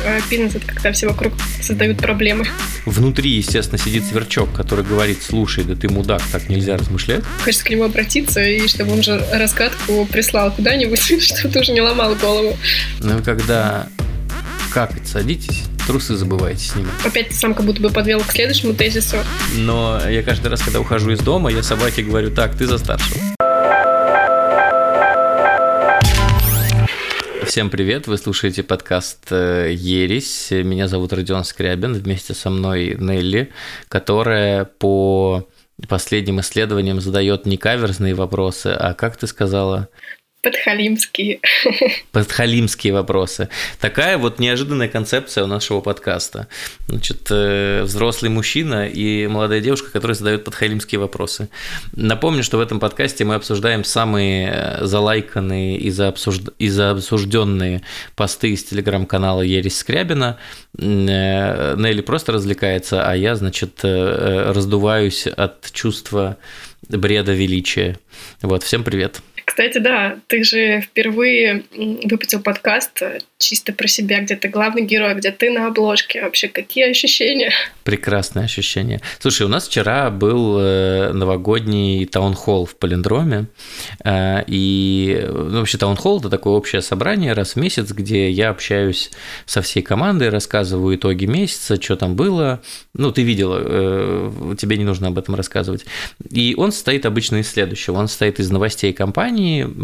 бизнес — это когда все вокруг создают проблемы. Внутри, естественно, сидит сверчок, который говорит: слушай, да ты мудак, так нельзя размышлять. Хочется к нему обратиться, и чтобы он же разгадку прислал куда-нибудь, чтобы ты уже не ломал голову. Но когда какать садитесь, трусы забывайте снимать. Опять ты сам как будто бы подвел к следующему тезису. Но я каждый раз, когда ухожу из дома, я собаке говорю: так, ты за старшего. Всем привет, вы слушаете подкаст «Ересь». Меня зовут Родион Скрябин, вместе со мной Нелли, которая по последним исследованиям задает не каверзные вопросы, а, как ты сказала? Подхалимские. Подхалимские вопросы. Такая вот неожиданная концепция у нашего подкаста. Значит, взрослый мужчина и молодая девушка, которые задают подхалимские вопросы. Напомню, что в этом подкасте мы обсуждаем самые залайканные и заобсужденные посты из телеграм-канала «Ересь Скрябина». Нелли просто развлекается, а я, значит, раздуваюсь от чувства бреда величия. Вот, всем привет. Кстати, да, ты же впервые выпустил подкаст чисто про себя, где ты главный герой, где ты на обложке. Вообще, какие ощущения? Прекрасные ощущения. Слушай, у нас вчера был новогодний таунхолл в Полиндроме. И вообще таунхолл – это такое общее собрание раз в месяц, где я общаюсь со всей командой, рассказываю итоги месяца, что там было. Ну, ты видела, тебе не нужно об этом рассказывать. И он состоит обычно из следующего. Он состоит из новостей компании,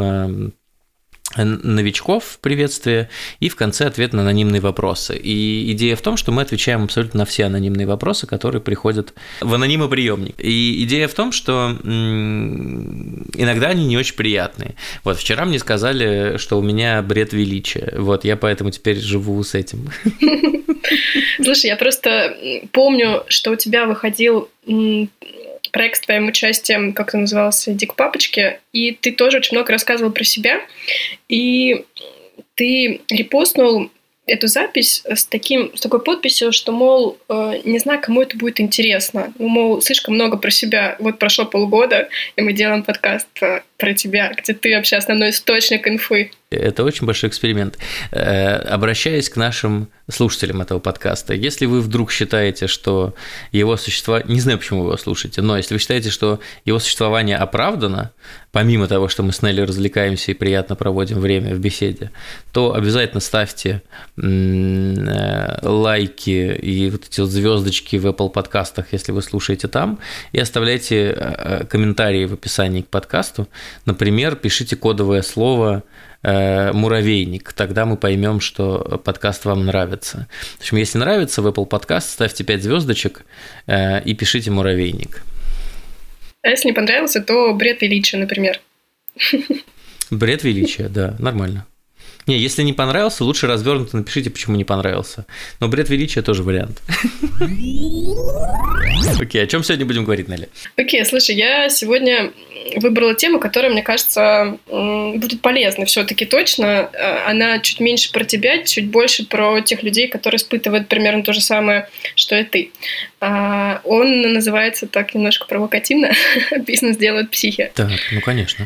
новичков, приветствия, и в конце ответ на анонимные вопросы. И идея в том, что мы отвечаем абсолютно на все анонимные вопросы, которые приходят в анонимоприемник. И идея в том, что иногда они не очень приятные. Вот вчера мне сказали, что у меня бред величия. Вот я поэтому теперь живу с этим. Слушай, я просто помню, что у тебя выходил проект с твоим участием, как он назывался, «Иди к папочке», и ты тоже очень много рассказывал про себя, и ты репостнул эту запись с такой подписью, что, мол, не знаю, кому это будет интересно. Ну, мол, слишком много про себя. Вот прошло полгода, и мы делаем подкаст про тебя, где ты вообще основной источник инфы. Это очень большой эксперимент. Обращаясь к нашим слушателям этого подкаста, если вы вдруг считаете, что его существование... Не знаю, почему вы его слушаете, но если вы считаете, что его существование оправдано, помимо того, что мы с Нелли развлекаемся и приятно проводим время в беседе, то обязательно ставьте лайки и вот эти вот звездочки в Apple подкастах, если вы слушаете там, и оставляйте комментарии в описании к подкасту. Например, пишите кодовое слово «муравейник», тогда мы поймем, что подкаст вам нравится. В общем, если нравится в Apple Podcast, ставьте 5 звездочек и пишите «муравейник». А если не понравился, то бред величия, например. Бред величия, да, нормально. Не, если не понравился, лучше развернуто напишите, почему не понравился. Но бред величия тоже вариант. Окей, о чем сегодня будем говорить, Нелли? Окей, слушай, я сегодня выбрала тему, которая, мне кажется, будет полезна все-таки точно. Она чуть меньше про тебя, чуть больше про тех людей, которые испытывают примерно то же самое, что и ты. Он называется так немножко провокативно «Бизнес делают психи». Так, ну конечно.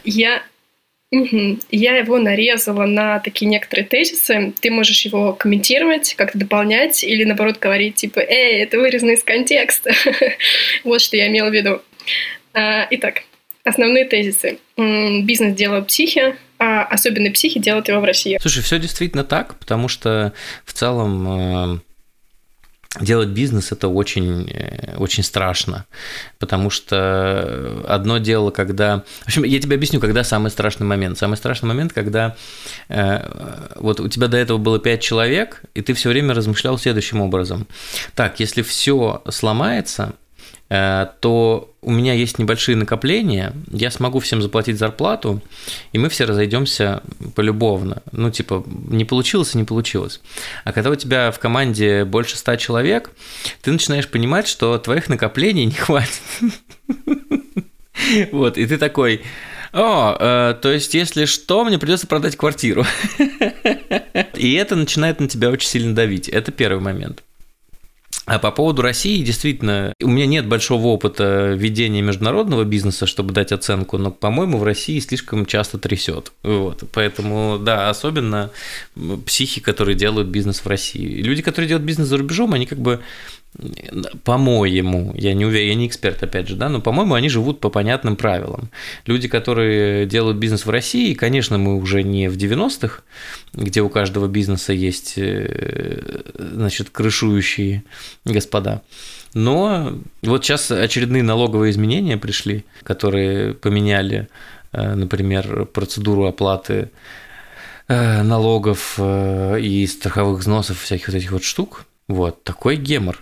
Я его нарезала на такие некоторые тезисы. Ты можешь его комментировать, как-то дополнять или, наоборот, говорить, типа, это вырезано из контекста. Вот что я имела в виду. Итак, основные тезисы. Бизнес делают психи, а особенно психи делают его в России. Слушай, все действительно так, потому что в целом... Делать бизнес – это очень, очень страшно, потому что одно дело, когда… В общем, я тебе объясню, когда самый страшный момент. Самый страшный момент, когда вот у тебя до этого было 5 человек, и ты все время размышлял следующим образом. Так, если все сломается, то у меня есть небольшие накопления, я смогу всем заплатить зарплату, и мы все разойдемся полюбовно. Ну, типа, не получилось и не получилось. А когда у тебя в команде больше 100 человек, ты начинаешь понимать, что твоих накоплений не хватит. Вот, и ты такой: то есть, если что, мне придется продать квартиру. И это начинает на тебя очень сильно давить. Это первый момент. А по поводу России, действительно, у меня нет большого опыта ведения международного бизнеса, чтобы дать оценку, но, по-моему, в России слишком часто трясет. Вот. Поэтому, да, особенно психи, которые делают бизнес в России. Люди, которые делают бизнес за рубежом, они как бы, по-моему, я не уверен, я не эксперт, опять же, да, но, по-моему, они живут по понятным правилам. Люди, которые делают бизнес в России, конечно, мы уже не в 90-х, где у каждого бизнеса есть, значит, крышующие господа. Но вот сейчас очередные налоговые изменения пришли, которые поменяли, например, процедуру оплаты налогов и страховых взносов, всяких вот этих вот штук. Вот, такой гемор.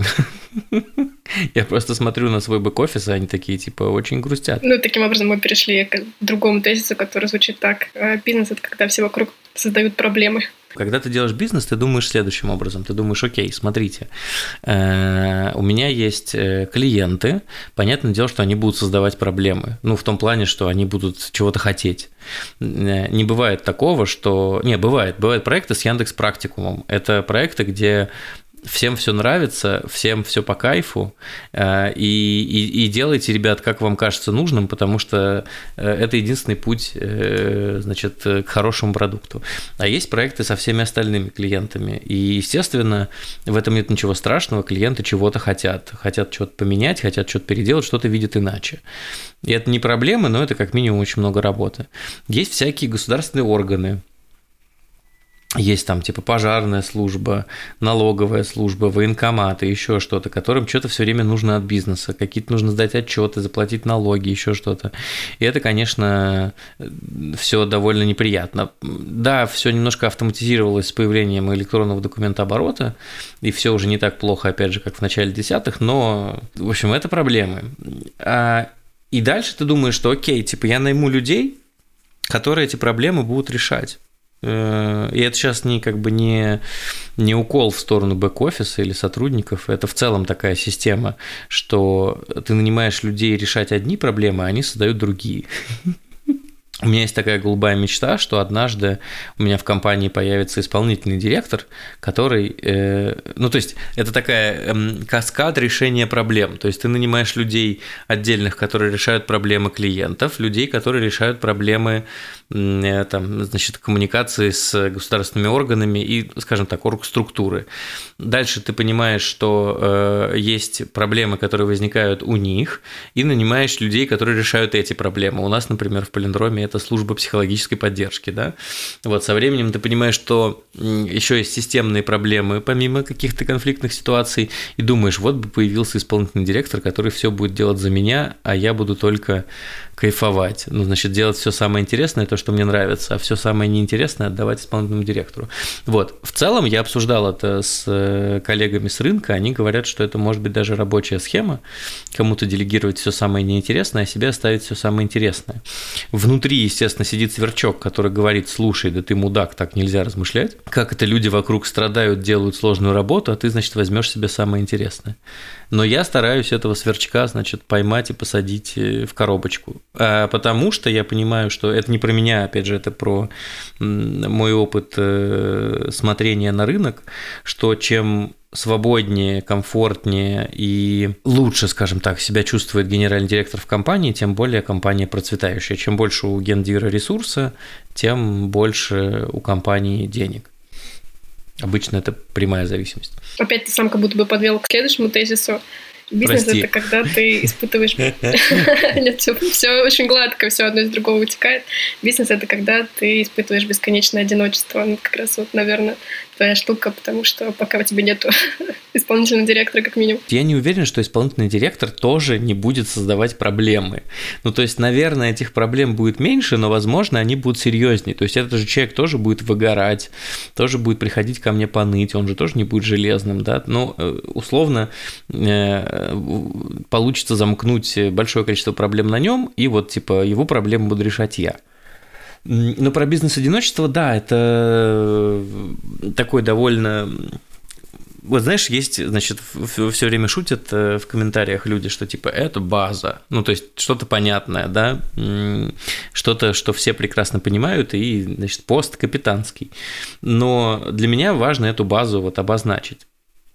Я просто смотрю на свой бэк-офис, и они такие, типа, очень грустят. Ну, таким образом мы перешли к другому тезису, который звучит так. Бизнес – это когда все вокруг создают проблемы. Когда ты делаешь бизнес, ты думаешь следующим образом. Ты думаешь, окей, смотрите, у меня есть клиенты, понятное дело, что они будут создавать проблемы. Ну, в том плане, что они будут чего-то хотеть. Не бывает такого, что… Не, бывает проекты с Яндекс.Практикумом. Это проекты, где всем все нравится, всем все по кайфу, и делайте, ребят, как вам кажется нужным, потому что это единственный путь, значит, к хорошему продукту. А есть проекты со всеми остальными клиентами, и, естественно, в этом нет ничего страшного, клиенты чего-то хотят что-то поменять, хотят что-то переделать, что-то видят иначе. И это не проблема, но это как минимум очень много работы. Есть всякие государственные органы, есть там типа пожарная служба, налоговая служба, военкоматы, еще что-то, которым что-то все время нужно от бизнеса, какие-то нужно сдать отчеты, заплатить налоги, еще что-то. И это, конечно, все довольно неприятно. Да, все немножко автоматизировалось с появлением электронного документооборота, и все уже не так плохо, опять же, как в начале десятых, но, в общем, это проблемы. И дальше ты думаешь, что окей, типа я найму людей, которые эти проблемы будут решать. И это сейчас не укол в сторону бэк-офиса или сотрудников, это в целом такая система, что ты нанимаешь людей решать одни проблемы, а они создают другие. У меня есть такая голубая мечта, что однажды у меня в компании появится исполнительный директор, который… ну, то есть, это такая каскад решения проблем. То есть, ты нанимаешь людей отдельных, которые решают проблемы клиентов, людей, которые решают проблемы там, значит, коммуникации с государственными органами и, скажем так, оргструктуры. Дальше ты понимаешь, что есть проблемы, которые возникают у них, и нанимаешь людей, которые решают эти проблемы. У нас, например, в Полиндроме это служба психологической поддержки, да. Вот со временем ты понимаешь, что еще есть системные проблемы, помимо каких-то конфликтных ситуаций, и думаешь, вот бы появился исполнительный директор, который все будет делать за меня, а я буду только кайфовать. Ну, значит, делать все самое интересное, то, что мне нравится, а все самое неинтересное отдавать исполнительному директору. Вот. В целом я обсуждал это с коллегами с рынка, они говорят, что это может быть даже рабочая схема, кому-то делегировать все самое неинтересное, а себе оставить все самое интересное. Внутри, естественно, сидит сверчок, который говорит: слушай, да ты мудак, так нельзя размышлять. Как это люди вокруг страдают, делают сложную работу, а ты, значит, возьмешь себе самое интересное. Но я стараюсь этого сверчка, значит, поймать и посадить в коробочку. Потому что я понимаю, что это не про меня, опять же, это про мой опыт смотрения на рынок, что чем свободнее, комфортнее и лучше, скажем так, себя чувствует генеральный директор в компании, тем более компания процветающая. Чем больше у гендира ресурса, тем больше у компании денег. Обычно это прямая зависимость. Опять ты сам как будто бы подвел к следующему тезису. Бизнес — это когда ты испытываешь… Нет, все очень гладко, все одно из другого вытекает. Бизнес — это когда ты испытываешь бесконечное одиночество. Ну, как раз вот, наверное, твоя штука, потому что пока у тебя нету исполнительного директора, как минимум. Я не уверен, что исполнительный директор тоже не будет создавать проблемы. Ну, то есть, наверное, этих проблем будет меньше, но, возможно, они будут серьезнее. То есть, этот же человек тоже будет выгорать, тоже будет приходить ко мне поныть, он же тоже не будет железным, да. Ну, условно, получится замкнуть большое количество проблем на нем, и вот, типа, его проблемы буду решать я. Но про бизнес-одиночество, да, это такой довольно… Вот знаешь, есть, значит, все время шутят в комментариях люди, что типа это база, ну то есть что-то понятное, да, что-то, что все прекрасно понимают, и, значит, пост капитанский. Но для меня важно эту базу вот обозначить.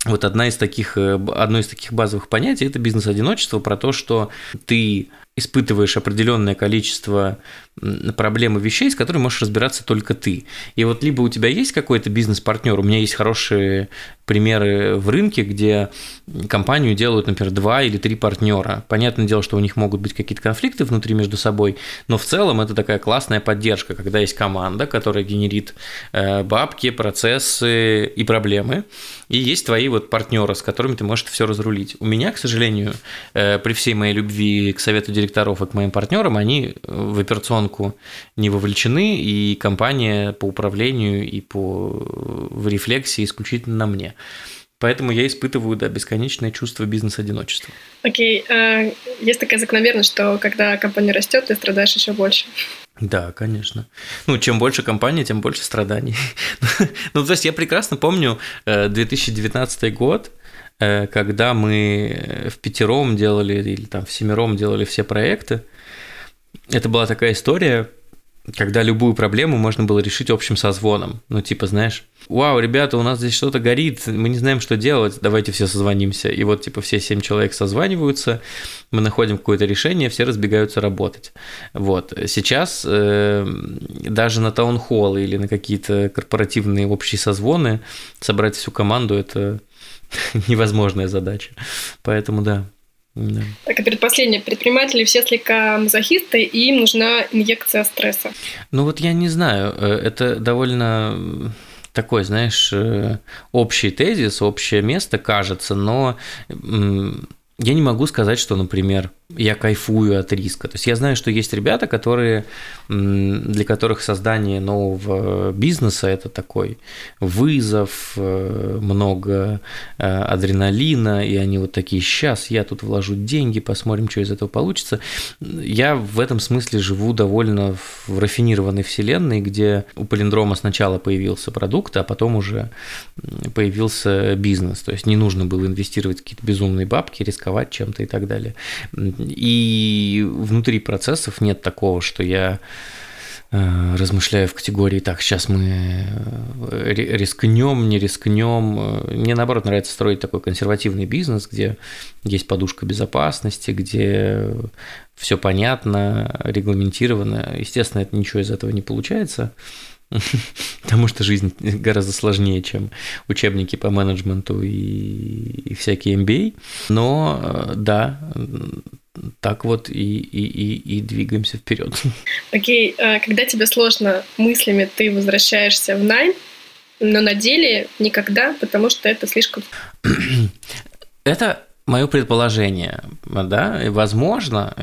Вот одно из таких базовых понятий – это бизнес-одиночество, про то, что ты испытываешь определенное количество проблем и вещей, с которыми можешь разбираться только ты. И вот либо у тебя есть какой-то бизнес-партнер, у меня есть хорошие примеры в рынке, где компанию делают, например, 2 или 3 партнера. Понятное дело, что у них могут быть какие-то конфликты внутри между собой, но в целом это такая классная поддержка, когда есть команда, которая генерит бабки, процессы и проблемы, и есть твои вот партнеры, с которыми ты можешь все разрулить. У меня, к сожалению, при всей моей любви к совету директоров и к моим партнерам, они в операционку не вовлечены, и компания по управлению и в рефлексии исключительно на мне. Поэтому я испытываю, да, бесконечное чувство бизнес-одиночества. Окей. Есть такая закономерность, что когда компания растет, ты страдаешь еще больше. Да, конечно. Чем больше компания, тем больше страданий. То есть я прекрасно помню 2019 год, когда мы в5 делали или там в7 делали все проекты. Это была такая история, когда любую проблему можно было решить общим созвоном. Знаешь, вау, ребята, у нас здесь что-то горит, мы не знаем, что делать, давайте все созвонимся. И вот, все 7 человек созваниваются, мы находим какое-то решение, все разбегаются работать. Вот. Сейчас даже на таунхоллы или на какие-то корпоративные общие созвоны собрать всю команду – это невозможная задача. Поэтому да. Да. Так, и предпоследнее. Предприниматели все слегка мазохисты, и им нужна инъекция стресса. Я не знаю, это довольно такой, знаешь, общий тезис, общее место, кажется, но я не могу сказать, что, например, я кайфую от риска. То есть я знаю, что есть ребята, для которых создание нового бизнеса – это такой вызов, много адреналина, и они вот такие: сейчас я тут вложу деньги, посмотрим, что из этого получится. Я в этом смысле живу довольно в рафинированной вселенной, где у Полиндрома сначала появился продукт, а потом уже появился бизнес. То есть не нужно было инвестировать в какие-то безумные бабки, рисковать чем-то и так далее. И внутри процессов нет такого, что я размышляю в категории: так, сейчас мы рискнем, не рискнем. Мне, наоборот, нравится строить такой консервативный бизнес, где есть подушка безопасности, где все понятно, регламентировано. Естественно, ничего из этого не получается, потому что жизнь гораздо сложнее, чем учебники по менеджменту и всякие MBA. Но да, так вот и двигаемся вперед. Окей, когда тебе сложно мыслями, ты возвращаешься в найм, но на деле никогда, потому что это слишком... Это мое предположение, да, и возможно,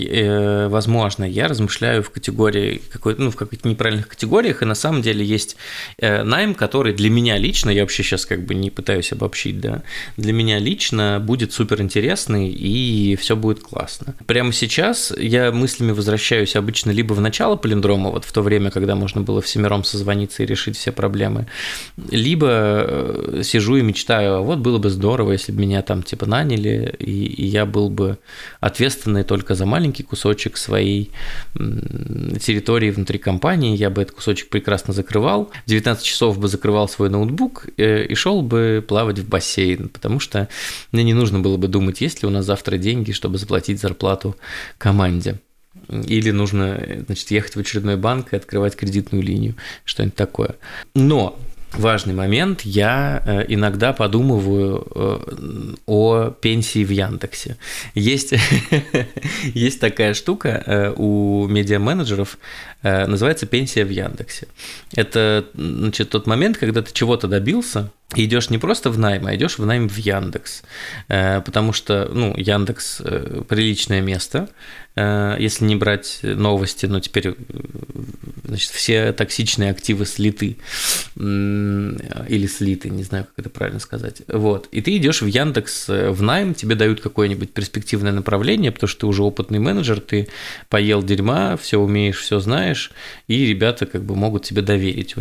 я размышляю в категории в каких-то неправильных категориях, и на самом деле есть найм, который для меня лично, я вообще сейчас не пытаюсь обобщить, да, для меня лично будет суперинтересный, и все будет классно. Прямо сейчас я мыслями возвращаюсь обычно либо в начало Полиндрома, вот в то время, когда можно было всемиром созвониться и решить все проблемы, либо сижу и мечтаю: вот было бы здорово, если бы меня там наняли, и я был бы ответственный только за маленький кусочек своей территории внутри компании, я бы этот кусочек прекрасно закрывал, 19 часов бы закрывал свой ноутбук и шел бы плавать в бассейн, потому что мне не нужно было бы думать, есть ли у нас завтра деньги, чтобы заплатить зарплату команде. Или нужно, ехать в очередной банк и открывать кредитную линию, что-нибудь такое. Но важный момент, я иногда подумываю о пенсии в Яндексе. Есть такая штука у медиа-менеджеров, называется пенсия в Яндексе. Это тот момент, когда ты чего-то добился, и идешь не просто в найм, а идешь в найм в Яндекс. Потому что, Яндекс приличное место, если не брать новости, но теперь, все токсичные активы слиты. Или слиты, не знаю, как это правильно сказать. Вот. И ты идешь в Яндекс в найм, тебе дают какое-нибудь перспективное направление, потому что ты уже опытный менеджер, ты поел дерьма, все умеешь, все знаешь, и ребята могут тебе доверить. У них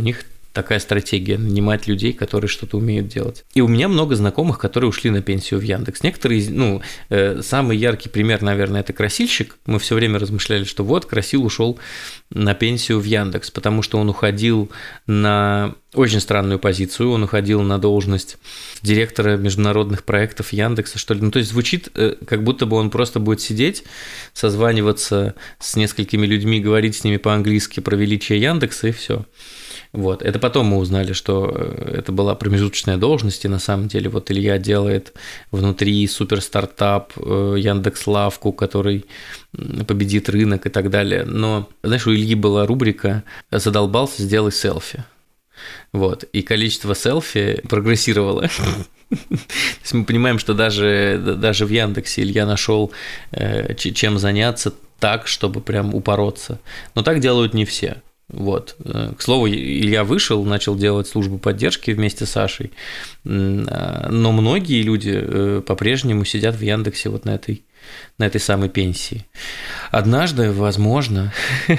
такая стратегия – нанимать людей, которые что-то умеют делать. И у меня много знакомых, которые ушли на пенсию в Яндекс. Некоторые, самый яркий пример, наверное, это Красильщик. Мы все время размышляли, что вот Красил ушел на пенсию в Яндекс, потому что он уходил на очень странную позицию, он уходил на должность директора международных проектов Яндекса, что ли. То есть звучит, как будто бы он просто будет сидеть, созваниваться с несколькими людьми, говорить с ними по-английски про величие Яндекса и все. Вот. Это потом мы узнали, что это была промежуточная должность, и на самом деле вот Илья делает внутри суперстартап Яндекс.Лавку, который победит рынок и так далее. Но, знаешь, у Ильи была рубрика «Задолбался, сделай селфи». Вот. И количество селфи прогрессировало. То есть мы понимаем, что даже в Яндексе Илья нашел чем заняться так, чтобы прям упороться. Но так делают не все. Вот. К слову, Илья вышел, начал делать службу поддержки вместе с Сашей, но многие люди по-прежнему сидят в Яндексе вот на этой самой пенсии. Однажды, возможно,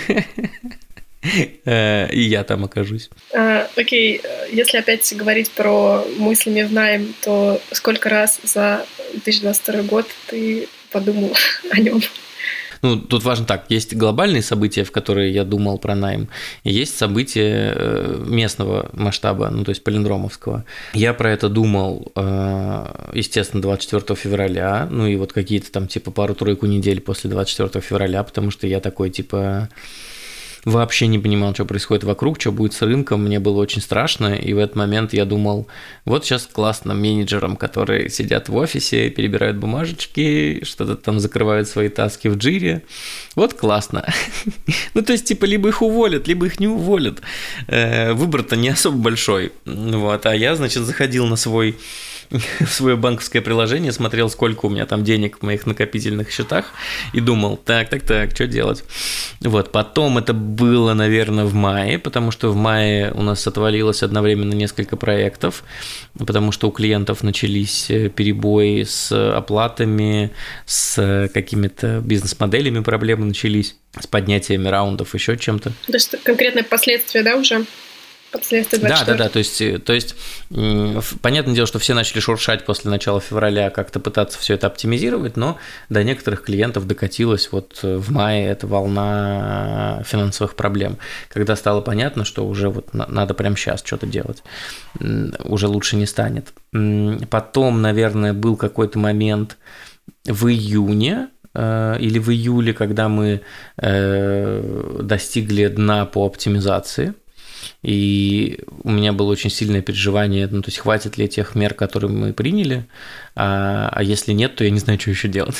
и я там окажусь. Окей, если опять говорить про мыслями в найм, то сколько раз за 2022 год ты подумал о нем? Ну, тут важно так, есть глобальные события, в которые я думал про найм, и есть события местного масштаба, ну, то есть палиндромовского. Я про это думал, естественно, 24 февраля, ну, и вот какие-то там, типа, пару-тройку недель после 24 февраля, потому что я такой, типа, вообще не понимал, что происходит вокруг, что будет с рынком, мне было очень страшно, и в этот момент я думал, вот сейчас классно менеджерам, которые сидят в офисе, перебирают бумажечки, что-то там закрывают свои таски в джире, вот классно. Ну, то есть, типа, либо их уволят, либо их не уволят. Выбор-то не особо большой, вот, а я, значит, заходил в свое банковское приложение, смотрел, сколько у меня там денег в моих накопительных счетах и думал, так, что делать? Вот, потом это было, наверное, в мае, потому что в мае у нас отвалилось одновременно несколько проектов, потому что у клиентов начались перебои с оплатами, с какими-то бизнес-моделями проблемы начались, с поднятиями раундов, еще чем-то. То есть конкретные последствия, да, уже? Да, то есть понятное дело, что все начали шуршать после начала февраля, как-то пытаться все это оптимизировать, но до некоторых клиентов докатилась вот в мае эта волна финансовых проблем, когда стало понятно, что уже вот надо прямо сейчас что-то делать, уже лучше не станет. Потом, наверное, был какой-то момент в июне, или в июле, когда мы достигли дна по оптимизации. И у меня было очень сильное переживание, ну, то есть хватит ли тех мер, которые мы приняли, а если нет, то я не знаю, что еще делать.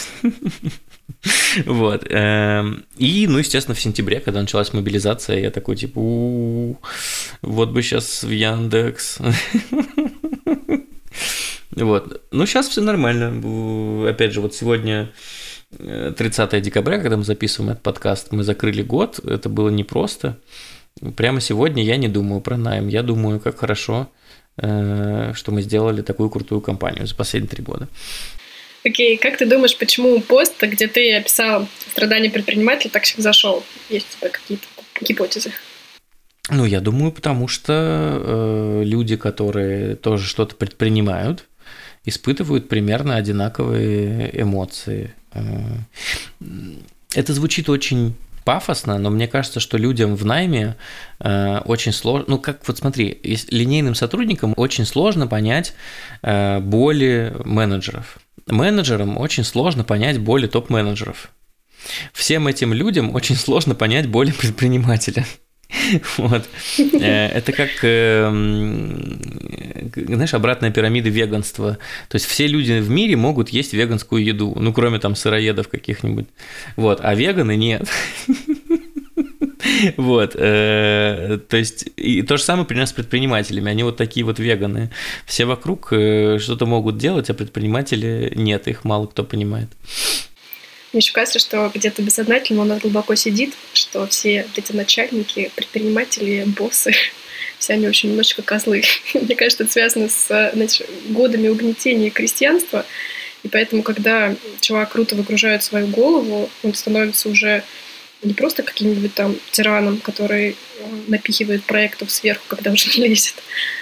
Вот. И, ну, естественно, в сентябре, когда началась мобилизация, я такой, типа, вот бы сейчас в Яндекс. Вот. Ну, сейчас все нормально. Опять же, вот сегодня 30 декабря, когда мы записываем этот подкаст, мы закрыли год, это было непросто. Прямо сегодня я не думаю про найм, я думаю, как хорошо, что мы сделали такую крутую компанию за последние 3 года. Окей, как ты думаешь, почему пост, где ты описал страдания предпринимателя, так всем зашел? Есть у тебя какие-то гипотезы? Ну, я думаю, потому что люди, которые тоже что-то предпринимают, испытывают примерно одинаковые эмоции. Это звучит очень пафосно, но мне кажется, что людям в найме очень сложно, ну как вот смотри, линейным сотрудникам очень сложно понять боли менеджеров. Менеджерам очень сложно понять боли топ-менеджеров. Всем этим людям очень сложно понять боли предпринимателя. Вот. Это как, знаешь, обратная пирамида веганства. То есть все люди в мире могут есть веганскую еду, ну, кроме там сыроедов каких-нибудь. Вот. А веганы нет. Вот. То есть и то же самое примерно с предпринимателями. Они вот такие вот веганы. Все вокруг что-то могут делать, а предприниматели нет, их мало кто понимает. Мне еще кажется, что где-то бессознательно у нас глубоко сидит, что все эти начальники, предприниматели, боссы, все они очень немножечко козлы. Мне кажется, это связано с годами угнетения крестьянства, и поэтому, когда чувак круто выгружает свою голову, он становится уже Не просто каким-нибудь там тираном, который напихивает проектов сверху, когда уже не лезет,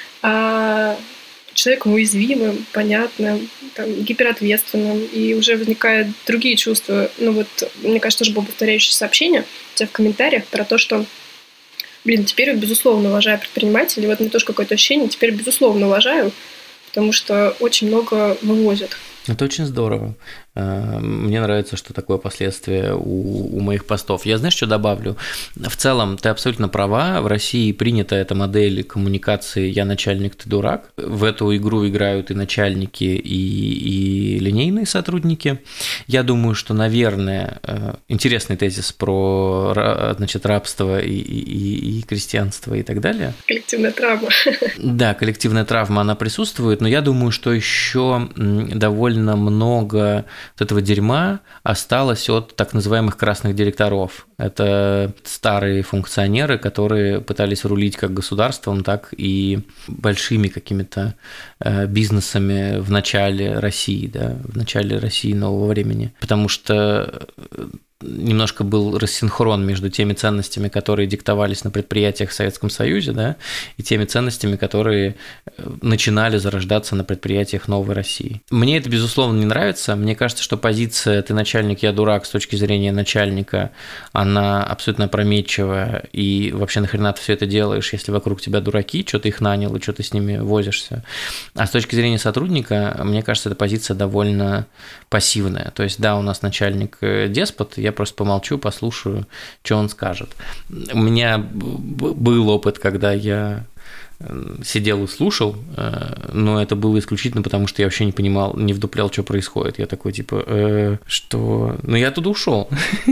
а человеком уязвимым, понятным, там, гиперответственным, и уже возникают другие чувства. Ну вот, мне кажется, тоже было повторяющее сообщение у тебя в комментариях про то, что, теперь, безусловно, уважаю предпринимателей, вот мне тоже какое-то ощущение, теперь, безусловно, уважаю, потому что очень много вывозят. Это очень здорово. Мне нравится, что такое последствие у моих постов. Я, знаешь, что добавлю? В целом, ты абсолютно права. В России принята эта модель коммуникации «я начальник, ты дурак». В эту игру играют и начальники, и линейные сотрудники. Я думаю, что, наверное, интересный тезис про, значит, рабство и крестьянство и так далее. Коллективная травма. Да, коллективная травма, она присутствует, но я думаю, что еще довольно много вот этого дерьма осталось от так называемых красных директоров. Это старые функционеры, которые пытались рулить как государством, так и большими какими-то бизнесами в начале России, да, в начале России нового времени. Потому что немножко был рассинхрон между теми ценностями, которые диктовались на предприятиях в Советском Союзе, да, и теми ценностями, которые начинали зарождаться на предприятиях новой России. Мне это, безусловно, не нравится. Мне кажется, что позиция «ты начальник, я дурак» с точки зрения начальника, она абсолютно опрометчивая, и вообще нахрена ты все это делаешь, если вокруг тебя дураки, что ты их нанял и что ты с ними возишься. А с точки зрения сотрудника, мне кажется, эта позиция довольно пассивная. То есть, да, у нас начальник деспот, я просто помолчу, послушаю, что он скажет. У меня был опыт, когда я сидел и слушал, но это было исключительно потому, что я вообще не понимал, не вдуплял, что происходит. Я такой, типа, что... Ну, я оттуда ушел.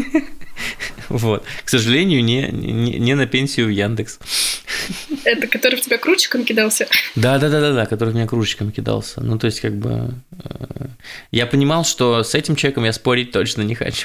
Вот. К сожалению, не на пенсию в Яндекс. Это который в тебя кружечком кидался? Да, который в меня кружечком кидался. Ну, то есть, как бы... Я понимал, что с этим человеком я спорить точно не хочу.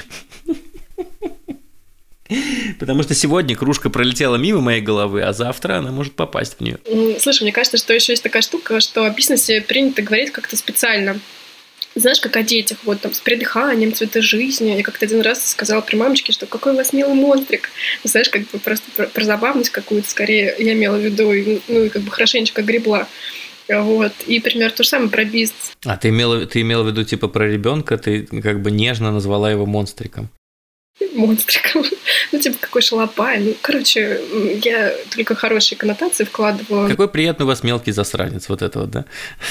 Потому что сегодня кружка пролетела мимо моей головы, а завтра она может попасть в нее. Слушай, мне кажется, что еще есть такая штука, что о бизнесе принято говорить как-то специально. Знаешь, как о детях, вот там с придыханием, цветы жизни. Я как-то один раз сказала при мамочке, что какой у вас милый монстрик. Ну, знаешь, как бы просто про забавность какую-то скорее я имела в виду, и как бы хорошенечко гребла. Вот. И, пример, то же самое про бизнес. А ты имела в виду типа про ребенка, ты как бы нежно назвала его монстриком. Монстриком. Ну, типа, какой шалопай. Ну, короче, я только хорошие коннотации вкладывала. Какой приятный у вас мелкий засранец, вот это вот, да?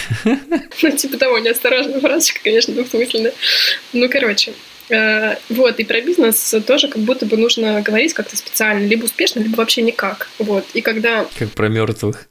Ну, типа того, неосторожная фразочка, конечно, двусмысленная. Ну, короче, вот, и про бизнес тоже как будто бы нужно говорить как-то специально, либо успешно, либо вообще никак. Вот, и когда... Как про мертвых.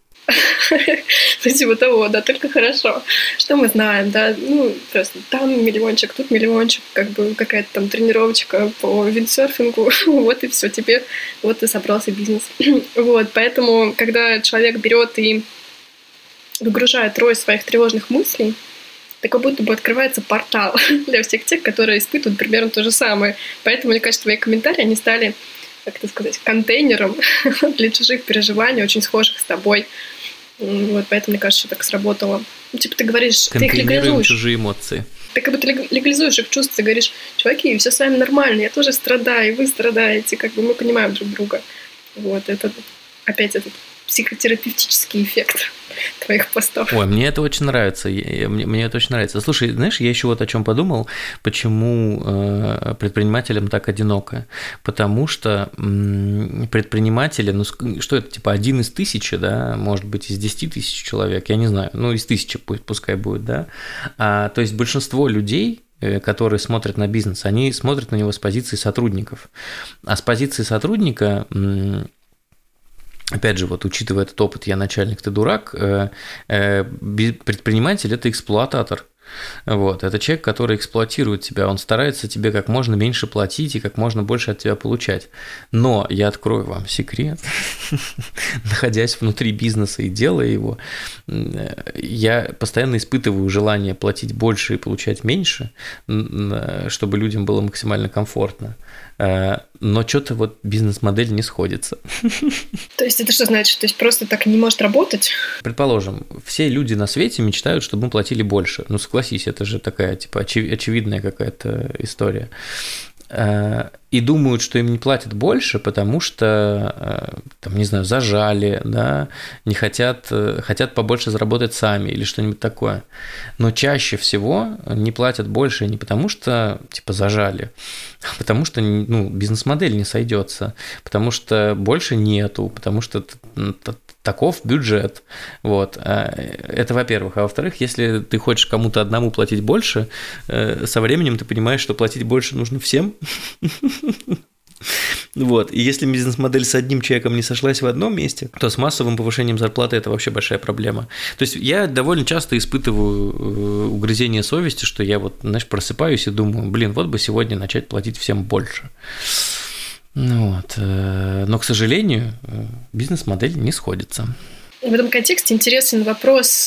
Ну, типа того, да, только хорошо. Что мы знаем, да, ну, просто там миллиончик, тут миллиончик, как бы какая-то там тренировочка по виндсерфингу, вот и все, тебе, вот ты собрался бизнес. Вот, поэтому, когда человек берет и выгружает рой своих тревожных мыслей, то как будто бы открывается портал для всех тех, которые испытывают примерно то же самое. Поэтому, мне кажется, твои комментарии, они стали, как это сказать, контейнером для чужих переживаний, очень схожих с тобой. Вот, поэтому, мне кажется, что так сработало. Ну, типа, ты говоришь, ты их легализуешь. Чужие эмоции. Ты как будто легализуешь их чувства, ты говоришь, чуваки, все с вами нормально, я тоже страдаю, вы страдаете, как бы мы понимаем друг друга. Вот, это опять этот психотерапевтический эффект твоих постов. Ой, мне это очень нравится. Мне это очень нравится. Слушай, знаешь, я еще вот о чем подумал, почему предпринимателям так одиноко. Потому что предприниматели, ну что это, типа 1 из 1000, да, может быть, из 10 тысяч человек, я не знаю, ну из 1000 пускай будет, да. То есть большинство людей, которые смотрят на бизнес, они смотрят на него с позиции сотрудников. А с позиции сотрудника... Опять же, вот учитывая этот опыт, я начальник, ты дурак, предприниматель – это эксплуататор. Вот. Это человек, который эксплуатирует тебя, он старается тебе как можно меньше платить и как можно больше от тебя получать. Но я открою вам секрет, находясь внутри бизнеса и делая его, я постоянно испытываю желание платить больше и получать меньше, чтобы людям было максимально комфортно. Но что-то вот бизнес-модель не сходится. То есть это что значит? То есть просто так не может работать? Предположим, все люди на свете мечтают, чтобы мы платили больше. Ну, согласись, это же такая, типа, очевидная какая-то история. и думают, что им не платят больше, потому что, там, не знаю, зажали, да, не хотят побольше заработать сами или что-нибудь такое. Но чаще всего не платят больше не потому, что, типа, зажали, а потому что, ну, бизнес-модель не сойдется, потому что больше нету, потому что таков бюджет. Вот. Это во-первых. А во-вторых, если ты хочешь кому-то одному платить больше, со временем ты понимаешь, что платить больше нужно всем. Вот. И если бизнес-модель с одним человеком не сошлась в одном месте, то с массовым повышением зарплаты это вообще большая проблема. То есть я довольно часто испытываю угрызение совести, что я вот, знаешь, просыпаюсь и думаю, блин, вот бы сегодня начать платить всем больше. Вот. Но, к сожалению, бизнес-модель не сходится. В этом контексте интересен вопрос,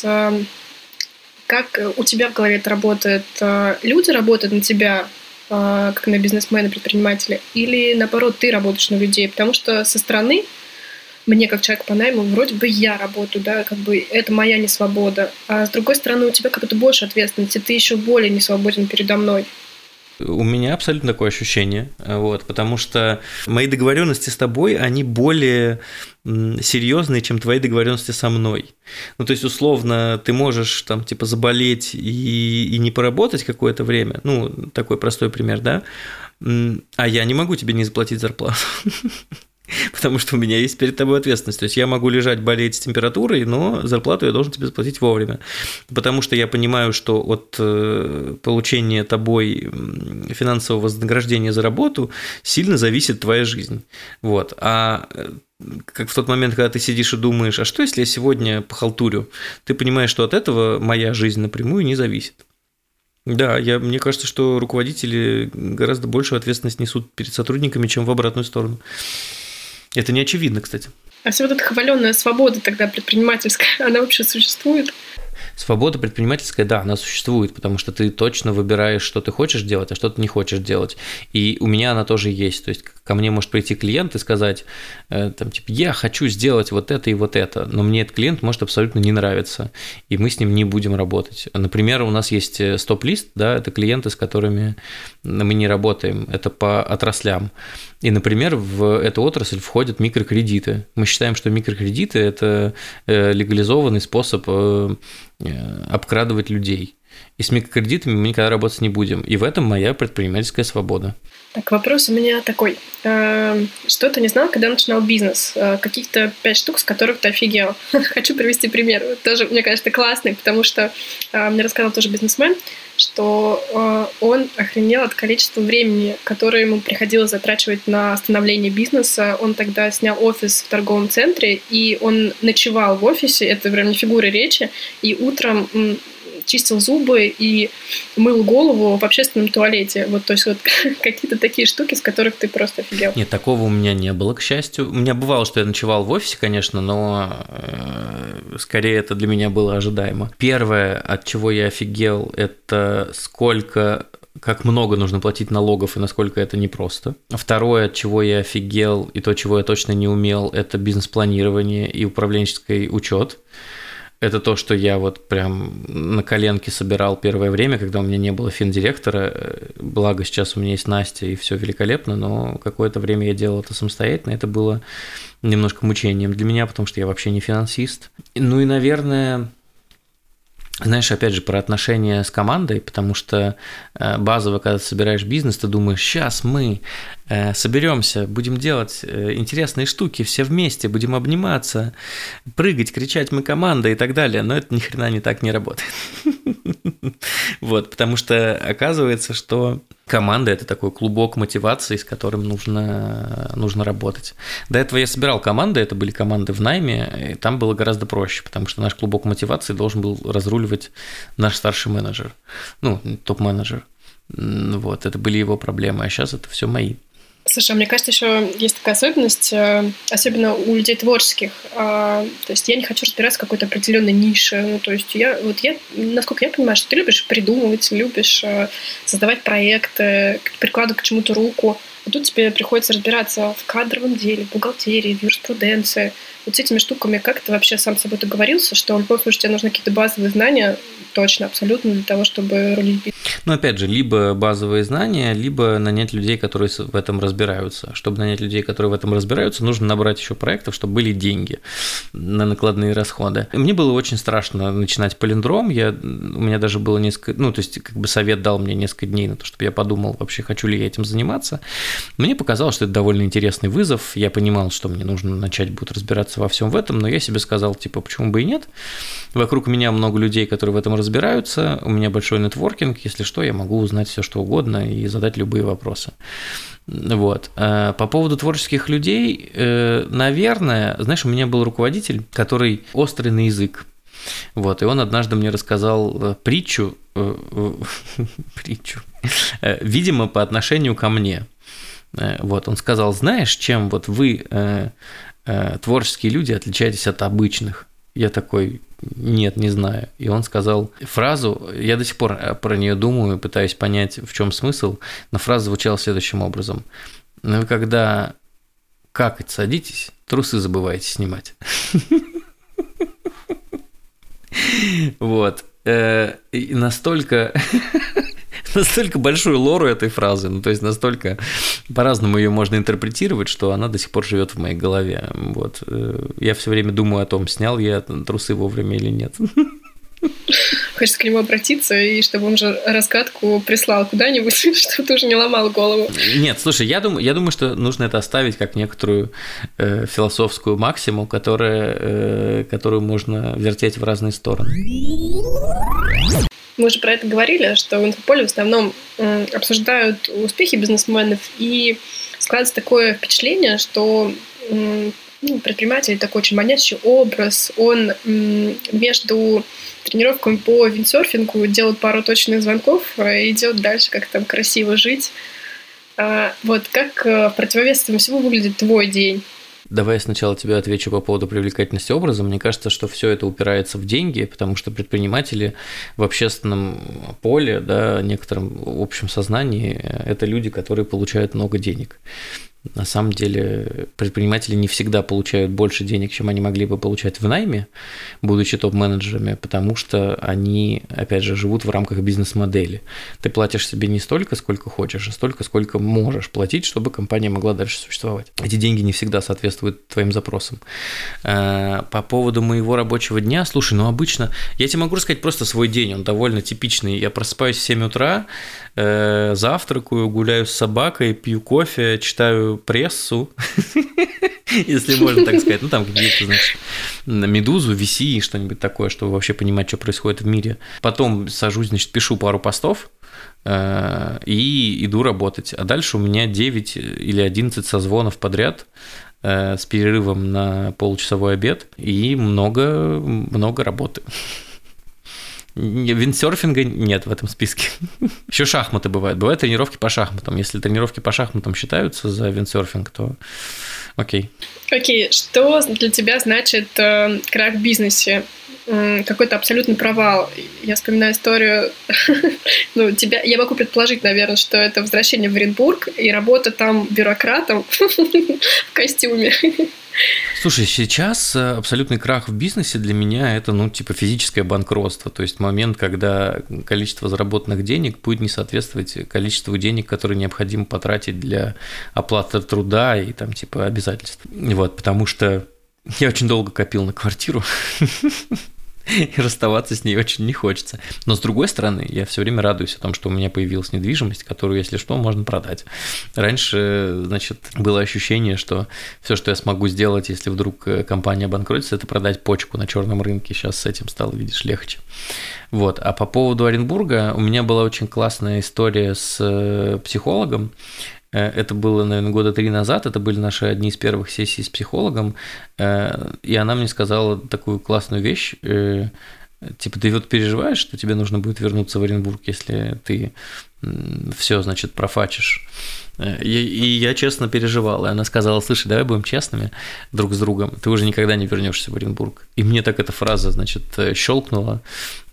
как у тебя в голове это работает? Люди работают на тебя, как на бизнесмена, предпринимателя, или, наоборот, ты работаешь на людей? Потому что со стороны мне, как человек по найму, вроде бы я работаю, да, как бы это моя несвобода. А с другой стороны, у тебя как будто больше ответственности, ты еще более не свободен передо мной. У меня абсолютно такое ощущение, вот, потому что мои договоренности с тобой, они более серьезные, чем твои договоренности со мной. Ну, то есть, условно, ты можешь там, типа, заболеть и не поработать какое-то время, ну, такой простой пример, да, а я не могу тебе не заплатить зарплату. Потому что у меня есть перед тобой ответственность. То есть я могу лежать, болеть с температурой, но зарплату я должен тебе заплатить вовремя. Потому что я понимаю, что от получения тобой финансового вознаграждения за работу сильно зависит твоя жизнь. Вот. А как в тот момент, когда ты сидишь и думаешь, а что, если я сегодня похалтурю, ты понимаешь, что от этого моя жизнь напрямую не зависит. Да, мне кажется, что руководители гораздо большую ответственность несут перед сотрудниками, чем в обратную сторону. Это не очевидно, кстати. А вся вот эта хваленная свобода тогда предпринимательская, она вообще существует? Свобода предпринимательская, да, она существует, потому что ты точно выбираешь, что ты хочешь делать, а что ты не хочешь делать. И у меня она тоже есть. То есть ко мне может прийти клиент и сказать, там, типа, я хочу сделать вот это и вот это, но мне этот клиент может абсолютно не нравиться, и мы с ним не будем работать. Например, у нас есть стоп-лист, да, это клиенты, с которыми мы не работаем, это по отраслям. И, например, в эту отрасль входят микрокредиты. Мы считаем, что микрокредиты – это легализованный способ обкрадывать людей. И с микрокредитами мы никогда работать не будем. И в этом моя предпринимательская свобода. Так, вопрос у меня такой. Что ты не знал, когда начинал бизнес? Каких-то 5 штук, с которых ты офигел. Хочу привести пример. Тоже, мне кажется, классный, потому что мне рассказал тоже бизнесмен, что он охренел от количества времени, которое ему приходилось затрачивать на становление бизнеса. Он тогда снял офис в торговом центре, и он ночевал в офисе, это прям не фигура речи, и утром чистил зубы и мыл голову в общественном туалете. Вот, то есть вот какие-то такие штуки, с которых ты просто офигел. Нет, такого у меня не было, к счастью. У меня бывало, что я ночевал в офисе, конечно, но скорее это для меня было ожидаемо. Первое, от чего я офигел, это как много нужно платить налогов и насколько это непросто. Второе, от чего я офигел и то, чего я точно не умел, это бизнес-планирование и управленческий учет. Это то, что я вот прям на коленке собирал первое время, когда у меня не было финдиректора. Благо сейчас у меня есть Настя, и все великолепно, но какое-то время я делал это самостоятельно. Это было немножко мучением для меня, потому что я вообще не финансист. Ну и, наверное, знаешь, опять же, про отношения с командой, потому что базово, когда ты собираешь бизнес, ты думаешь, сейчас мы соберемся, будем делать интересные штуки все вместе, будем обниматься, прыгать, кричать «мы команда» и так далее, но это ни хрена не так не работает. Вот, потому что оказывается, что команда – это такой клубок мотивации, с которым нужно работать. До этого я собирал команды, это были команды в найме, и там было гораздо проще, потому что наш клубок мотивации должен был разруливать наш старший менеджер, ну, топ-менеджер. Вот, это были его проблемы, а сейчас это все мои. Слушай, мне кажется, еще есть такая особенность, особенно у людей творческих. То есть я не хочу разбираться в какой-то определенной нише. Ну, то есть я, насколько я понимаю, что ты любишь придумывать, любишь создавать проекты, прикладывать к чему-то руку. а тут тебе приходится разбираться в кадровом деле, в бухгалтерии, в юриспруденции. Вот с этими штуками как ты вообще сам с собой договорился, что в любом случае тебе нужны какие-то базовые знания, точно, абсолютно, для того, чтобы рулить бизнесом? Ну, опять же, либо базовые знания, либо нанять людей, которые в этом разбираются. Чтобы нанять людей, которые в этом разбираются, нужно набрать еще проектов, чтобы были деньги на накладные расходы. Мне было очень страшно начинать палиндром. У меня даже было несколько, ну, то есть, как бы совет дал мне несколько дней на то, чтобы я подумал, вообще хочу ли я этим заниматься. Мне показалось, что это довольно интересный вызов. Я понимал, что мне нужно начать будет разбираться во всем в этом, но я себе сказал, типа, почему бы и нет. Вокруг меня много людей, которые в этом разбираются. У меня большой нетворкинг. Если что, я могу узнать все, что угодно и задать любые вопросы. Вот. По поводу творческих людей, наверное, знаешь, у меня был руководитель, который острый на язык. Вот, и он однажды мне рассказал притчу, видимо, по отношению ко мне. Вот, он сказал, знаешь, чем вот вы, творческие люди, отличаетесь от обычных? Я такой, нет, не знаю. И он сказал фразу, я до сих пор про нее думаю, пытаюсь понять, в чем смысл, но фраза звучала следующим образом. Вы когда какать садитесь, трусы забываете снимать. Вот. И настолько большую лору этой фразы, ну, то есть настолько по-разному ее можно интерпретировать, что она до сих пор живет в моей голове. Вот. Я все время думаю о том, снял я трусы вовремя или нет. Хочется к нему обратиться, и чтобы он же разгадку прислал куда-нибудь, чтобы ты уже не ломал голову. Нет, слушай, я думаю, что нужно это оставить как некоторую философскую максиму, которую можно вертеть в разные стороны. Мы уже про это говорили, что в инфополе в основном обсуждают успехи бизнесменов, и складывается такое впечатление, что предприниматель такой очень манящий образ, он между тренировками по виндсерфингу делает пару точных звонков и идет дальше, как там красиво жить. Вот как в противовес этому всему выглядит твой день? Давай я сначала тебе отвечу по поводу привлекательности образа. Мне кажется, что все это упирается в деньги, потому что предприниматели в общественном поле, да, некотором общем сознании, это люди, которые получают много денег. На самом деле предприниматели не всегда получают больше денег, чем они могли бы получать в найме, будучи топ-менеджерами, потому что они, опять же, живут в рамках бизнес-модели. Ты платишь себе не столько, сколько хочешь, а столько, сколько можешь платить, чтобы компания могла дальше существовать. Эти деньги не всегда соответствуют твоим запросам. По поводу моего рабочего дня, слушай, обычно, я тебе могу рассказать просто свой день, он довольно типичный. Я просыпаюсь в 7 утра, завтракаю, гуляю с собакой, пью кофе, читаю прессу, если можно так сказать, там какие-то, значит, Медузу, VC, что-нибудь такое, чтобы вообще понимать, что происходит в мире. Потом сажусь, значит, пишу пару постов и иду работать. А дальше у меня 9 или 11 созвонов подряд с перерывом на получасовой обед и много работы. Виндсерфинга нет в этом списке. Еще шахматы бывают. Бывают тренировки по шахматам. Если тренировки по шахматам считаются за виндсерфинг, то окей. Окей, что для тебя значит крах в бизнесе? Какой-то абсолютный провал. Я вспоминаю историю, я могу предположить, наверное, что это возвращение в Оренбург и работа там бюрократом в костюме. Слушай, сейчас абсолютный крах в бизнесе для меня – это, физическое банкротство, то есть момент, когда количество заработанных денег будет не соответствовать количеству денег, которые необходимо потратить для оплаты труда и обязательств. Вот, потому что я очень долго копил на квартиру, и расставаться с ней очень не хочется. Но с другой стороны, я все время радуюсь о том, что у меня появилась недвижимость, которую, если что, можно продать. Раньше, было ощущение, что все, что я смогу сделать, если вдруг компания обанкротится, это продать почку на черном рынке. Сейчас с этим стало, видишь, легче. Вот. А по поводу Оренбурга у меня была очень классная история с психологом. Это было, наверное, 3 года назад, это были наши одни из первых сессий с психологом, и она мне сказала такую классную вещь, ты переживаешь, что тебе нужно будет вернуться в Оренбург, если ты все, профачишь. И я честно переживал, и она сказала: слушай, давай будем честными друг с другом, ты уже никогда не вернешься в Оренбург. И мне так эта фраза, щелкнула,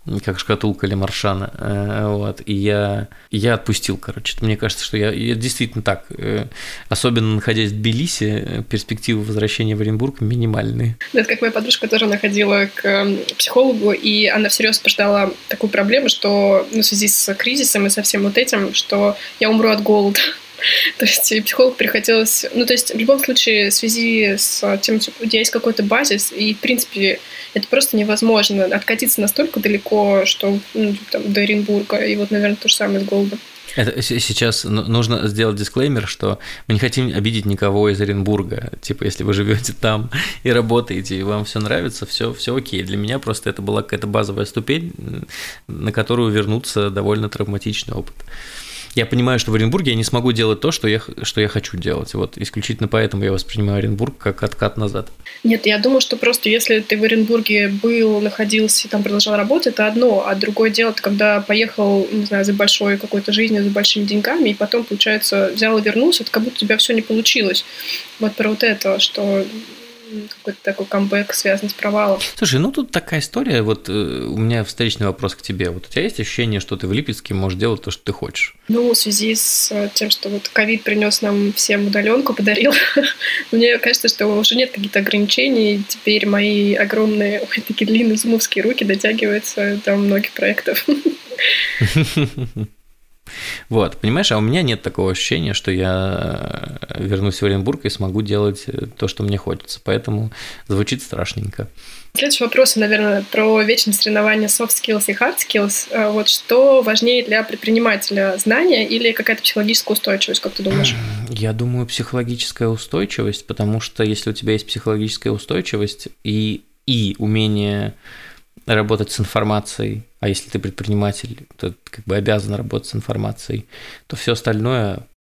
как шкатулка Ле Маршана, вот, и я отпустил, короче. Мне кажется, что я действительно так, особенно находясь в Тбилиси, перспективы возвращения в Оренбург минимальные. Это как моя подружка тоже находила к психологу, и она всерьез обсуждала такую проблему, что в связи с кризисом и со всем вот этим, что я умру от голода. То есть психолог приходилось... Ну, то есть в любом случае в связи с тем, что у тебя есть какой-то базис, и, в принципе, это просто невозможно откатиться настолько далеко, что там, до Оренбурга, и вот, наверное, то же самое с голодом. Это сейчас нужно сделать дисклеймер, что мы не хотим обидеть никого из Оренбурга. Типа, если вы живете там и работаете, и вам все нравится, все окей. Для меня просто это была какая-то базовая ступень, на которую вернуться довольно травматичный опыт. Я понимаю, что в Оренбурге я не смогу делать то, что я хочу делать. Вот исключительно поэтому я воспринимаю Оренбург как откат назад. Нет, я думаю, что просто если ты в Оренбурге был, находился и там продолжал работать, это одно, а другое дело, это когда поехал, не знаю, за большой какой-то жизнью, за большими деньгами, и потом, получается, взял и вернулся, это как будто у тебя все не получилось. Вот про вот это, что какой-то такой камбэк связан с провалом. Слушай, ну тут такая история, вот у меня встречный вопрос к тебе. Вот у тебя есть ощущение, что ты в Липецке можешь делать то, что ты хочешь? Ну, в связи с тем, что вот ковид принес нам всем удаленку, подарил, мне кажется, что уже нет каких-то ограничений, теперь мои огромные, такие длинные зумовские руки дотягиваются до многих проектов. Вот, понимаешь, а у меня нет такого ощущения, что я вернусь в Оренбург и смогу делать то, что мне хочется, поэтому звучит страшненько. Следующий вопрос, наверное, про вечное соревнование soft skills и hard skills. Вот что важнее для предпринимателя, знания или какая-то психологическая устойчивость, как ты думаешь? Я думаю, психологическая устойчивость, потому что если у тебя есть психологическая устойчивость и умение работать с информацией, а если ты предприниматель, то как бы обязан работать с информацией, то все остальное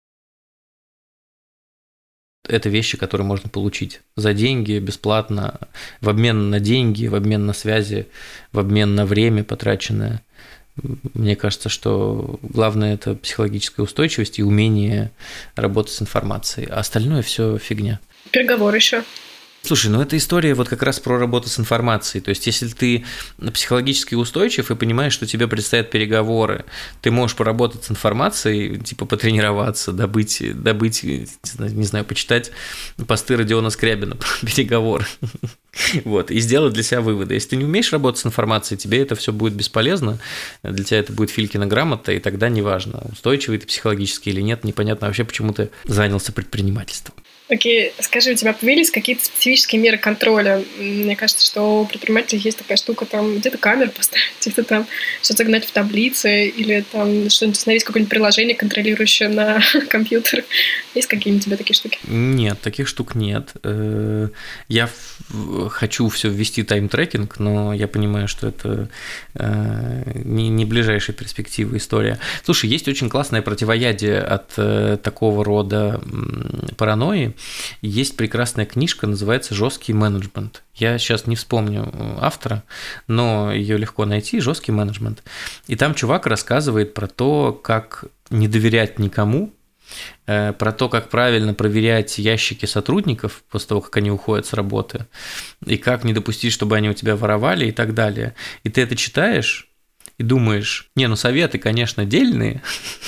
– это вещи, которые можно получить за деньги, бесплатно, в обмен на деньги, в обмен на связи, в обмен на время потраченное. Мне кажется, что главное – это психологическая устойчивость и умение работать с информацией, а остальное все фигня. Переговор еще. Слушай, ну эта история вот как раз про работу с информацией. То есть, если ты психологически устойчив и понимаешь, что тебе предстоят переговоры, ты можешь поработать с информацией, типа потренироваться, добыть, не знаю, почитать посты Родиона Скрябина про переговоры. Вот, и сделать для себя выводы. Если ты не умеешь работать с информацией, тебе это все будет бесполезно, для тебя это будет Филькина грамота, и тогда неважно, устойчивый ты психологически или нет, непонятно вообще, почему ты занялся предпринимательством. Окей, скажи, у тебя появились какие-то специфические меры контроля? Мне кажется, что у предпринимателей есть такая штука, там где-то камеру поставить, где-то там что-то загнать в таблицы, или там что-нибудь установить, какое-нибудь приложение, контролирующее на компьютер. Есть какие-нибудь у тебя такие штуки? Нет, таких штук нет. Я хочу все ввести тайм-трекинг, но я понимаю, что это не ближайшая перспектива история. Слушай, есть очень классное противоядие от такого рода паранойи. Есть прекрасная книжка, называется «Жесткий менеджмент». Я сейчас не вспомню автора, но ее легко найти, «Жесткий менеджмент». И там чувак рассказывает про то, как не доверять никому, про то, как правильно проверять ящики сотрудников после того, как они уходят с работы, и как не допустить, чтобы они у тебя воровали и так далее. И ты это читаешь и думаешь, советы, конечно, дельные,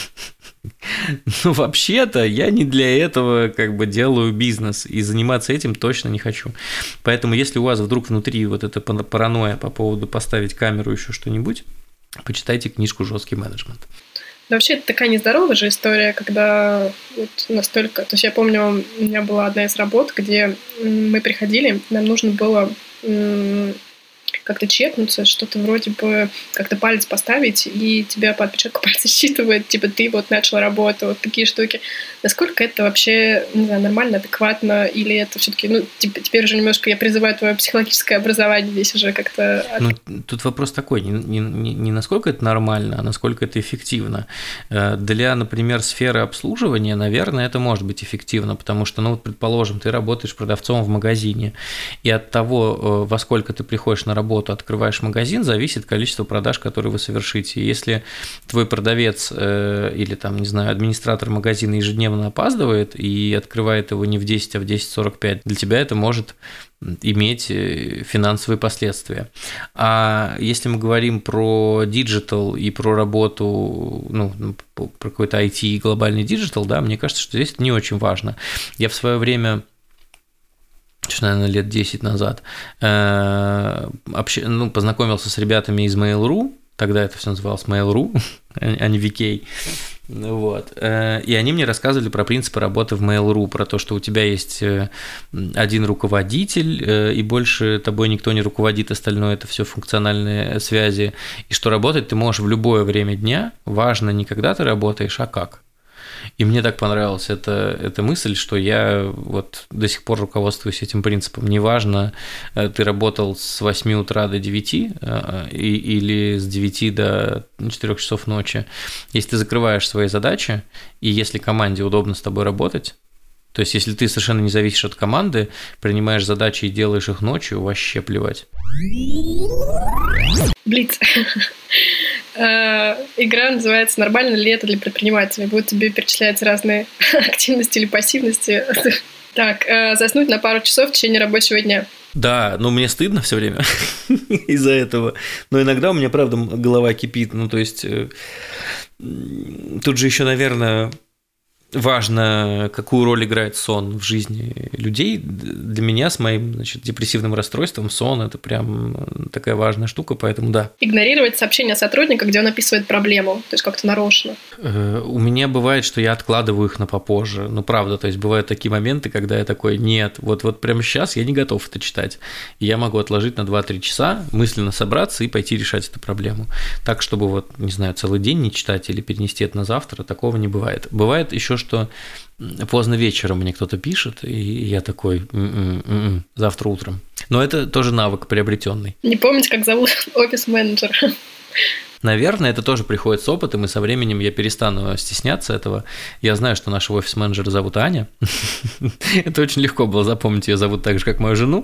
но вообще-то я не для этого делаю бизнес, и заниматься этим точно не хочу. Поэтому если у вас вдруг внутри вот эта паранойя по поводу поставить камеру, еще что-нибудь, почитайте книжку «Жесткий менеджмент». Да, вообще, это такая нездоровая же история, когда вот настолько... То есть я помню, у меня была одна из работ, где мы приходили, нам нужно было как-то чекнуться, что-то вроде бы как-то палец поставить, и тебя по отпечатку пальца считывает, типа ты вот начал работу, вот такие штуки. Насколько это вообще, не знаю, нормально, адекватно, или это все-таки, теперь уже немножко я призываю твое психологическое образование здесь уже как-то... Тут вопрос такой, не насколько это нормально, а насколько это эффективно. Для, например, сферы обслуживания, наверное, это может быть эффективно, потому что, предположим, ты работаешь продавцом в магазине, и от того, во сколько ты приходишь на работу, работу, открываешь магазин, зависит количество продаж, которые вы совершите. Если твой продавец или там, не знаю, администратор магазина ежедневно опаздывает и открывает его не в 10, а в 10:45, для тебя это может иметь финансовые последствия. А если мы говорим про диджитал и про работу, про какой-то IT и глобальный диджитал, да, мне кажется, что здесь это не очень важно. Я в свое время, наверное, лет 10 назад, познакомился с ребятами из Mail.ru, тогда это все называлось Mail.ru, а не VK. Вот. И они мне рассказывали про принципы работы в Mail.ru, про то, что у тебя есть один руководитель, и больше тобой никто не руководит, остальное это все функциональные связи, и что работать ты можешь в любое время дня, важно не когда ты работаешь, а как. И мне так понравилась эта мысль, что я вот до сих пор руководствуюсь этим принципом. Неважно, ты работал с 8 утра до 9 или с 9 до 4 часов ночи. Если ты закрываешь свои задачи, и если команде удобно с тобой работать, то есть если ты совершенно не зависишь от команды, принимаешь задачи и делаешь их ночью, вообще плевать. Блиц. Игра называется «Нормально ли это для предпринимателей?» Будут тебе перечислять разные активности или пассивности. Так, заснуть на пару часов в течение рабочего дня. Да, но мне стыдно все время из-за этого. Но иногда у меня, правда, голова кипит. То есть тут же еще, наверное, важно, какую роль играет сон в жизни людей. Для меня с моим, депрессивным расстройством сон – это прям такая важная штука, поэтому да. Игнорировать сообщение сотрудника, где он описывает проблему, то есть как-то нарочно. У меня бывает, что я откладываю их на попозже. Правда, то есть бывают такие моменты, когда я такой, нет, вот прямо сейчас я не готов это читать. И я могу отложить на 2-3 часа, мысленно собраться и пойти решать эту проблему. Так, чтобы целый день не читать или перенести это на завтра, такого не бывает. Бывает еще, что поздно вечером мне кто-то пишет, и я такой, завтра утром. Но это тоже навык приобретенный. Не помните, как зовут офис-менеджера? Наверное, это тоже приходит с опытом, и со временем я перестану стесняться этого. Я знаю, что нашего офис-менеджера зовут Аня. Это очень легко было запомнить, ее зовут так же, как мою жену.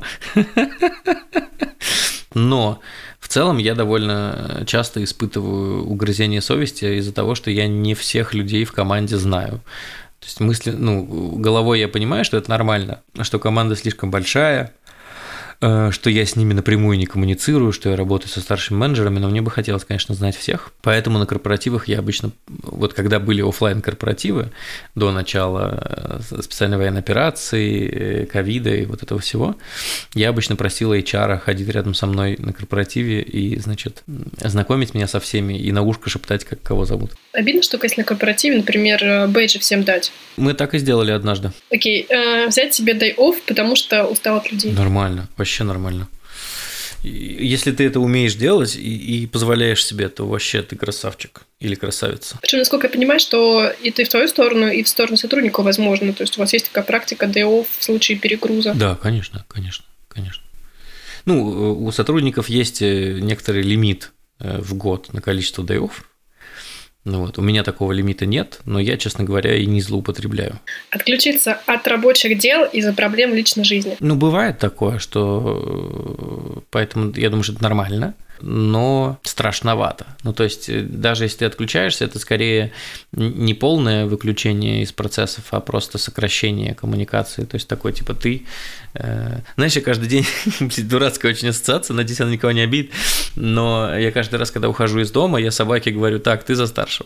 Но в целом я довольно часто испытываю угрызение совести из-за того, что я не всех людей в команде знаю. То есть головой я понимаю, что это нормально, что команда слишком большая, что я с ними напрямую не коммуницирую, что я работаю со старшими менеджерами, но мне бы хотелось, конечно, знать всех. Поэтому на корпоративах я обычно, когда были офлайн корпоративы до начала специальной военной операции, ковида и этого всего, я обычно просил HR ходить рядом со мной на корпоративе и, знакомить меня со всеми и на ушко шептать, как кого зовут. Обидно, что если на корпоративе, например, бейджи всем дать. Мы так и сделали однажды. Окей, взять себе day off, потому что устал от людей. Нормально, вообще нормально. Если ты это умеешь делать и позволяешь себе, то вообще ты красавчик или красавица. Причем, насколько я понимаю, что это и в твою сторону, и в сторону сотрудника возможно. То есть у вас есть такая практика day off в случае перегруза. Да, конечно. У сотрудников есть некоторый лимит в год на количество day off. У меня такого лимита нет, но я, честно говоря, и не злоупотребляю. Отключиться от рабочих дел из-за проблем личной жизни. Бывает такое, что поэтому я думаю, что это нормально, но страшновато. То есть даже если ты отключаешься, это скорее не полное выключение из процессов, а просто сокращение коммуникации. То есть такой ты... Знаешь, я каждый день... Дурацкая очень ассоциация, надеюсь, она никого не обидит, но я каждый раз, когда ухожу из дома, я собаке говорю, так, ты за старшего.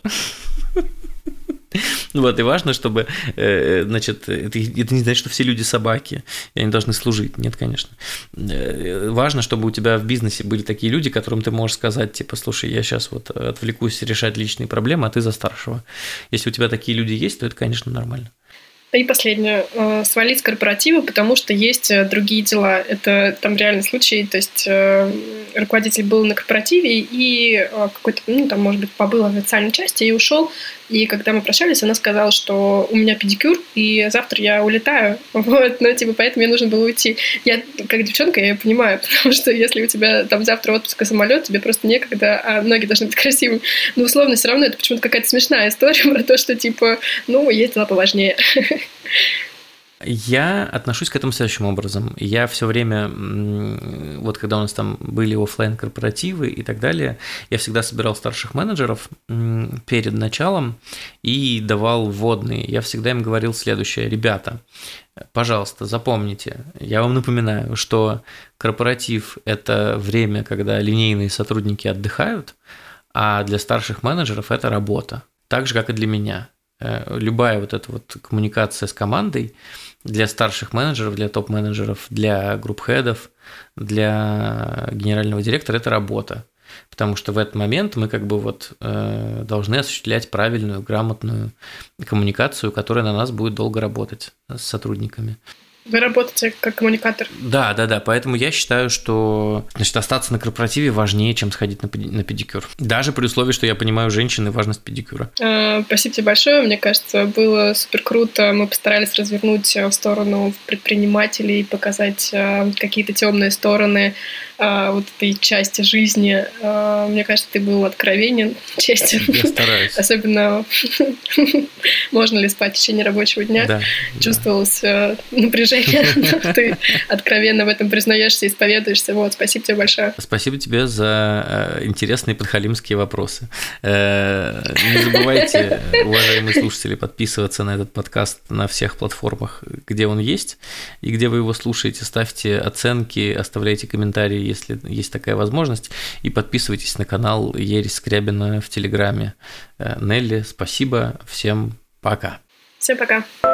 И важно, чтобы, это не значит, что все люди собаки, и они должны служить. Нет, конечно. Важно, чтобы у тебя в бизнесе были такие люди, которым ты можешь сказать, слушай, я сейчас отвлекусь решать личные проблемы, а ты за старшего. Если у тебя такие люди есть, то это, конечно, нормально. И последнее. Свалить с корпоратива, потому что есть другие дела. Это там реальный случай. То есть руководитель был на корпоративе и какой-то, может быть, побыл в официальной части и ушел. И когда мы прощались, она сказала, что у меня педикюр, и завтра я улетаю. Поэтому мне нужно было уйти. Я, как девчонка, я понимаю, потому что если у тебя там завтра отпуск и самолет, тебе просто некогда, а ноги должны быть красивыми. Но условно все равно это почему-то какая-то смешная история про то, что есть дела поважнее. Я отношусь к этому следующим образом. Я все время, вот когда у нас там были оффлайн корпоративы и так далее, я всегда собирал старших менеджеров перед началом и давал вводные. Я всегда им говорил следующее: ребята, пожалуйста, запомните, я вам напоминаю, что корпоратив – это время, когда линейные сотрудники отдыхают, а для старших менеджеров это работа, так же, как и для меня. Любая вот эта вот коммуникация с командой для старших менеджеров, для топ-менеджеров, для групп-хедов, для генерального директора – это работа. Потому что в этот момент мы как бы вот должны осуществлять правильную, грамотную коммуникацию, которая на нас будет долго работать с сотрудниками. Вы работаете как коммуникатор. Да. Поэтому я считаю, что остаться на корпоративе важнее, чем сходить на педикюр. Даже при условии, что я понимаю женщины важность педикюра. Спасибо тебе большое. Мне кажется, было супер круто. Мы постарались развернуть в сторону предпринимателей, показать какие-то темные стороны вот этой части жизни. Мне кажется, ты был откровенен, честен. Я стараюсь. Особенно можно ли спать в течение рабочего дня. Да, чувствовалось напряжение. Ты откровенно в этом признаешься, исповедуешься. Вот, спасибо тебе большое. Спасибо тебе за интересные подхалимские вопросы. Не забывайте, уважаемые слушатели, подписываться на этот подкаст на всех платформах, где он есть, и где вы его слушаете. Ставьте оценки, оставляйте комментарии, если есть такая возможность, и подписывайтесь на канал Ересь Скрябина в Телеграме. Нелли, спасибо, всем пока. Всем пока.